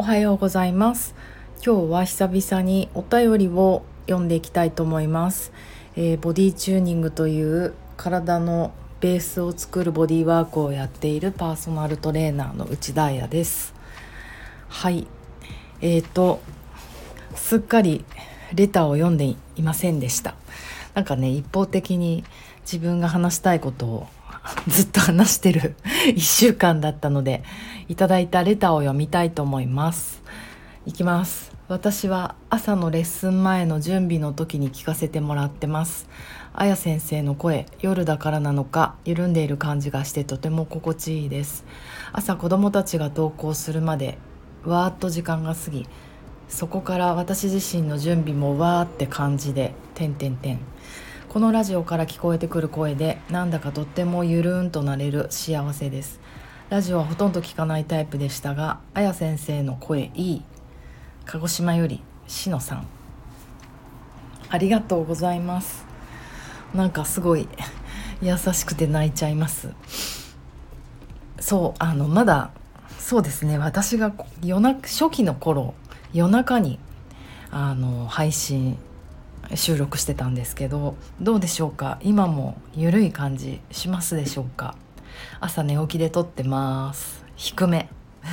はようございます。今日は久々にお便りを読んでいきたいと思います。ボディチューニングという体のベースを作るボディワークをやっているパーソナルトレーナーの内田彩です。はい、すっかりレターを読んでいませんでした。なんかね、一方的に自分が話したいことをずっと話してる1週間だったので、いただいたレターを読みたいと思います。いきます。私は朝のレッスン前の準備の時に聞かせてもらってます。あや先生の声、夜だからなのか緩んでいる感じがしてとても心地いいです。朝子どもたちが登校するまでわーっと時間が過ぎ、そこから私自身の準備もわーって感じでこのラジオから聞こえてくる声でなんだかとってもゆるーんとなれる幸せです。ラジオはほとんど聞かないタイプでしたが、あや先生の声いい。鹿児島よりしのさん、ありがとうございます。なんかすごい優しくて泣いちゃいます。まだそうですね、私が初期の頃夜中に配信収録してたんですけど、どうでしょうか。今もゆるい感じしますでしょうか。朝寝起きで撮ってます。低め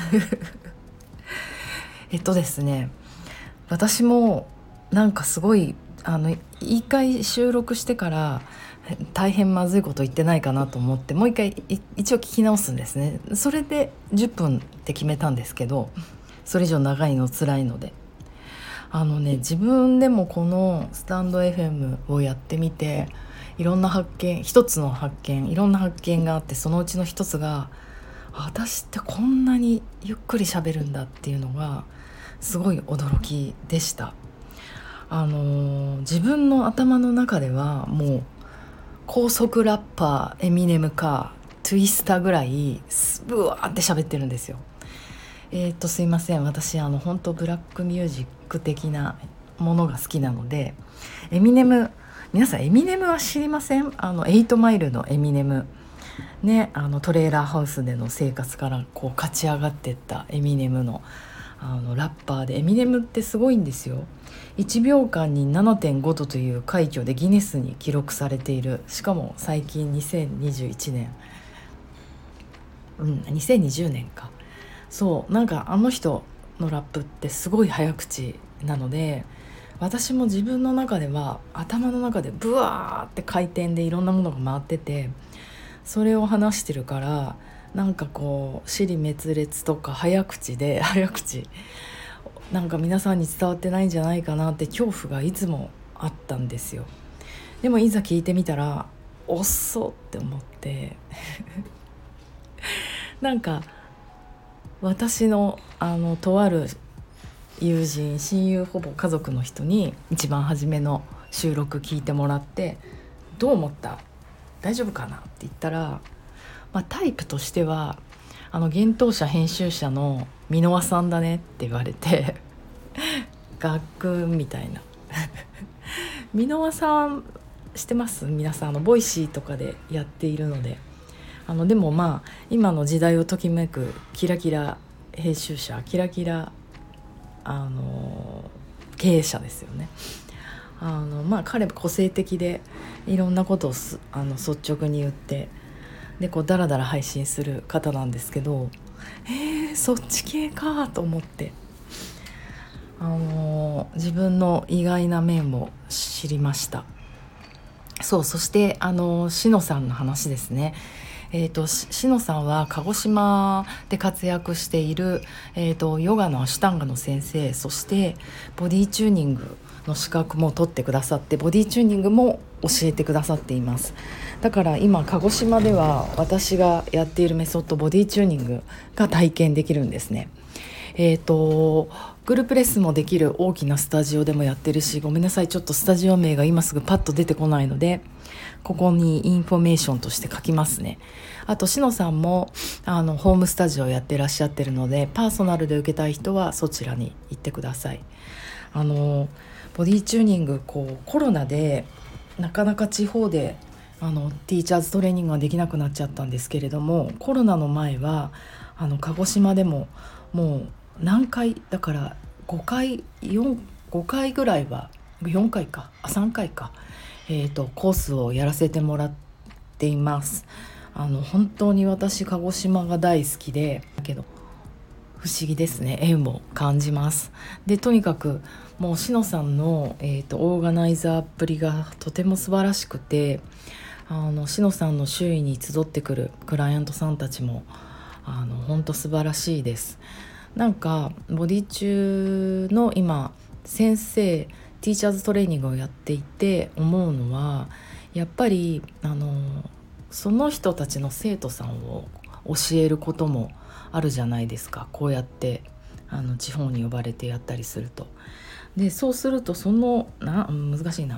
ですね、私もなんかすごい一回収録してから大変まずいこと言ってないかなと思って、もう一回一応聞き直すんですね。それで10分って決めたんですけど、それ以上長いの辛いので、自分でもこのスタンド FM をやってみて、いろんな発見があって、そのうちの一つが、私ってこんなにゆっくり喋るんだっていうのがすごい驚きでした。自分の頭の中ではもう高速ラッパーエミネムかトゥイスターぐらいブワーって喋ってるんですよ。すいません、私本当ブラックミュージック的なものが好きなので、エミネム、皆さんエミネムは知りません？8マイルのエミネムね、トレーラーハウスでの生活からこう勝ち上がっていったエミネムのラッパーで、エミネムってすごいんですよ。1秒間に 7.5 度という快挙でギネスに記録されている。しかも最近2021年2020年か。そう、なんかあの人のラップってすごい早口なので、私も自分の中では頭の中でブワーって回転でいろんなものが回ってて、それを話してるから、なんかこう支離滅裂とか早口なんか皆さんに伝わってないんじゃないかなって恐怖がいつもあったんですよ。でもいざ聞いてみたら遅って思ってなんか私のとある親友、ほぼ家族の人に一番初めの収録聞いてもらって、どう思った？大丈夫かなって言ったら、タイプとしては幻冬舎編集者の箕輪さんだねって言われて学訓みたいな箕輪さん知ってます？皆さんボイシーとかでやっているので、でも今の時代をときめくキラキラ編集者、キラキラ経営者ですよね。彼個性的でいろんなことを率直に言って、でこうダラダラ配信する方なんですけど、そっち系かと思って、自分の意外な面を知りました。そしてしのさんの話ですね。しのさんは鹿児島で活躍している、ヨガのアシュタンガの先生、そしてボディチューニングの資格も取ってくださって、ボディチューニングも教えてくださっています。だから今鹿児島では私がやっているメソッド、ボディチューニングが体験できるんですね。グループレッスンもできる大きなスタジオでもやってるし、ごめんなさい、ちょっとスタジオ名が今すぐパッと出てこないので、ここにインフォメーションとして書きますね。あとしのさんもホームスタジオやってらっしゃってるので、パーソナルで受けたい人はそちらに行ってください。ボディチューニング、コロナでなかなか地方でティーチャーズトレーニングができなくなっちゃったんですけれども、コロナの前は鹿児島でももう何回だから5回5回ぐらいは4回か3回か、コースをやらせてもらっています。本当に私鹿児島が大好きで、だけど不思議ですね、縁を感じます。でとにかくもうしのさんの、オーガナイザーっぷりがとても素晴らしくて、しのさんの周囲に集ってくるクライアントさんたちも本当素晴らしいです。なんかボディ中の今先生ティーチャーズトレーニングをやっていて思うのは、やっぱりその人たちの生徒さんを教えることもあるじゃないですか。こうやって地方に呼ばれてやったりすると、でそうすると難しいな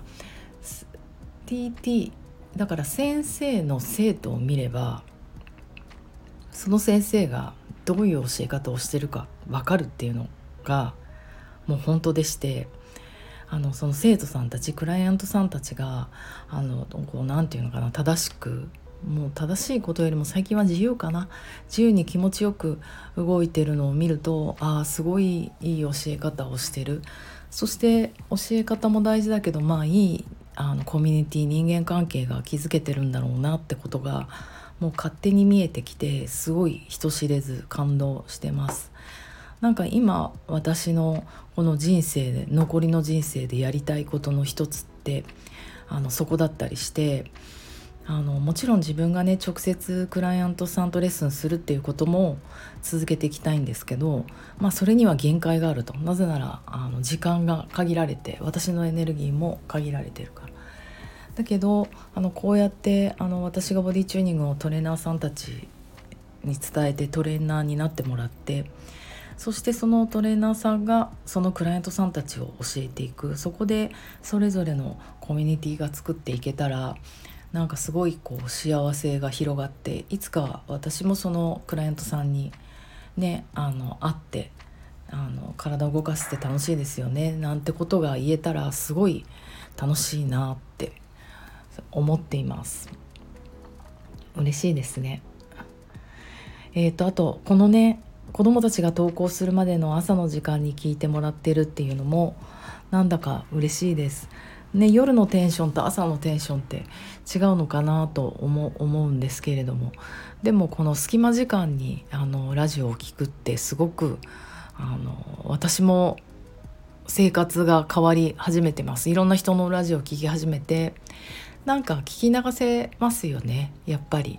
TT だから先生の生徒を見れば、その先生がどういう教え方をしてるか分かるっていうのがもう本当でして、その生徒さんたちクライアントさんたちがなんていうのかな、正しく、もう正しいことよりも最近は自由かな、自由に気持ちよく動いてるのを見ると、すごいいい教え方をしてる。そして教え方も大事だけど、いいコミュニティ人間関係が築けてるんだろうなってことがもう勝手に見えてきて、すごい人知れず感動してます。なんか今私のこの人生で残りの人生でやりたいことの一つってそこだったりして、もちろん自分がね直接クライアントさんとレッスンするっていうことも続けていきたいんですけど、それには限界があると。なぜなら時間が限られて、私のエネルギーも限られてるから。だけどこうやって私がボディチューニングをトレーナーさんたちに伝えてトレーナーになってもらって、そしてそのトレーナーさんがそのクライアントさんたちを教えていく。そこでそれぞれのコミュニティが作っていけたら、なんかすごい幸せが広がって、いつか私もそのクライアントさんにね会って体を動かして楽しいですよねなんてことが言えたらすごい楽しいなって思っています。嬉しいですね。あとこのね子どもたちが登校するまでの朝の時間に聞いてもらってるっていうのもなんだか嬉しいですね。夜のテンションと朝のテンションって違うのかなと思うんですけれども、でもこの隙間時間にラジオを聞くってすごく私も生活が変わり始めてます。いろんな人のラジオを聞き始めて、なんか聞き流せますよねやっぱり。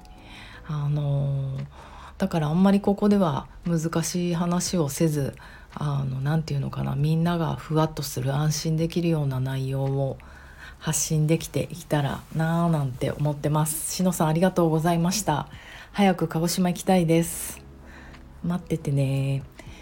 だからあんまりここでは難しい話をせず、なんていうのかな、みんながふわっとする安心できるような内容を発信できていたらなぁなんて思ってます。しのさんありがとうございました。早く鹿児島行きたいです。待っててね。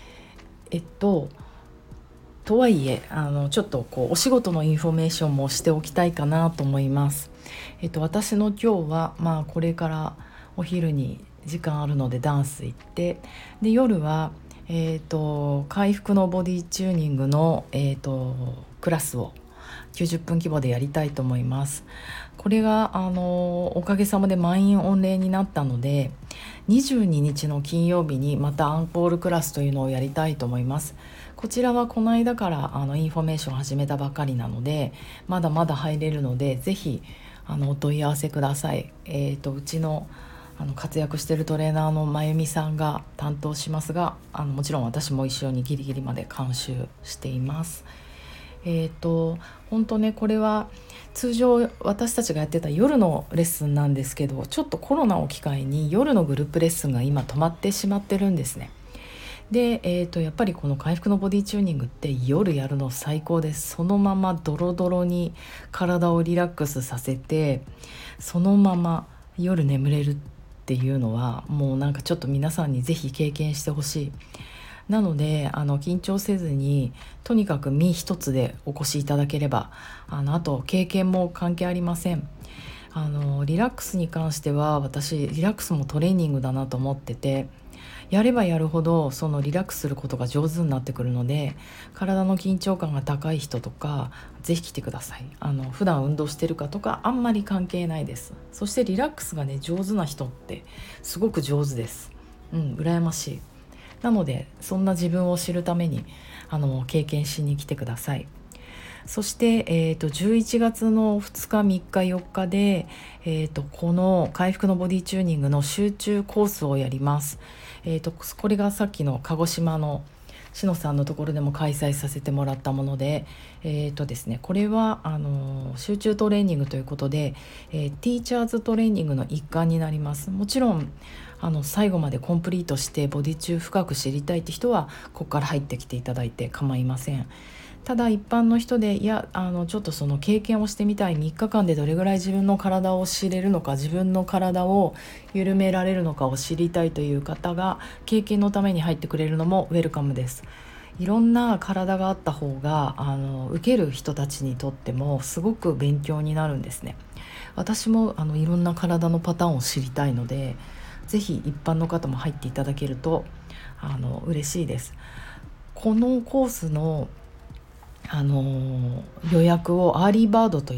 とはいえちょっとお仕事のインフォメーションもしておきたいかなと思います。私の今日はこれからお昼に時間あるのでダンス行って、で夜は回復のボディチューニングの、クラスを90分規模でやりたいと思います。これがおかげさまで満員御礼になったので、22日の金曜日にまたアンコールクラスというのをやりたいと思います。こちらはこの間からインフォメーションを始めたばかりなので、まだまだ入れるのでぜひお問い合わせください。うちの活躍しているトレーナーのまゆみさんが担当しますが、もちろん私も一緒にギリギリまで監修しています。本当ねこれは通常私たちがやってた夜のレッスンなんですけど、ちょっとコロナを機会に夜のグループレッスンが今止まってしまってるんですね。で、やっぱりこの回復のボディチューニングって夜やるの最高です。そのままドロドロに体をリラックスさせて、そのまま夜眠れるっていうのはもうなんかちょっと皆さんにぜひ経験してほしい。なので緊張せずにとにかく身一つでお越しいただければ、あと経験も関係ありません。リラックスに関しては私リラックスもトレーニングだなと思ってて、やればやるほどそのリラックスすることが上手になってくるので、体の緊張感が高い人とかぜひ来てください。普段運動してるかとかあんまり関係ないです。そしてリラックスがね上手な人ってすごく上手です。羨ましい。 なのでそんな自分を知るために経験しに来てください。そして、11月の2日3日4日で、この回復のボディチューニングの集中コースをやります。これがさっきの鹿児島のしのさんのところでも開催させてもらったもので、ですね、これは集中トレーニングということで、ティーチャーズトレーニングの一環になります。もちろん最後までコンプリートしてボディ中深く知りたいって人はここから入ってきていただいて構いません。ただ一般の人でちょっとその経験をしてみたい、3日間でどれぐらい自分の体を知れるのか、自分の体を緩められるのかを知りたいという方が経験のために入ってくれるのもウェルカムです。いろんな体があった方が受ける人たちにとってもすごく勉強になるんですね。私もいろんな体のパターンを知りたいので、ぜひ一般の方も入っていただけると嬉しいです。このコースの予約をアーリーバードといって、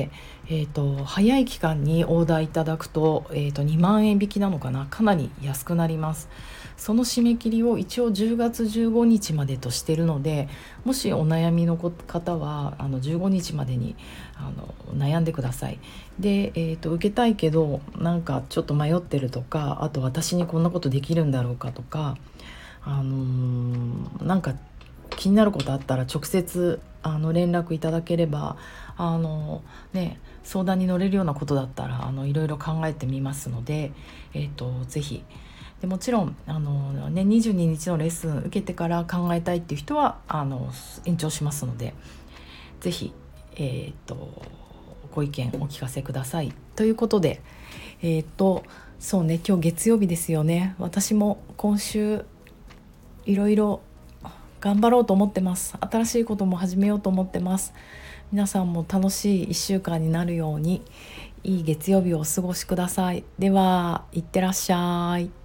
早い期間にオーダーいただくと、2万円引きなのかな、かなり安くなります。その締め切りを一応10月15日までとしているので、もしお悩みの方は15日までに悩んでください。で、受けたいけどなんかちょっと迷ってるとか、あと私にこんなことできるんだろうかとか、なんか気になることあったら直接連絡いただければ相談に乗れるようなことだったらいろいろ考えてみますので、ぜひでもちろん22日のレッスン受けてから考えたいっていう人は延長しますので、ぜひ、ご意見お聞かせください。ということで、そうね、今日月曜日ですよね。私も今週いろいろ頑張ろうと思ってます。新しいことも始めようと思ってます。皆さんも楽しい1週間になるようにいい月曜日をお過ごしください。では、いってらっしゃい。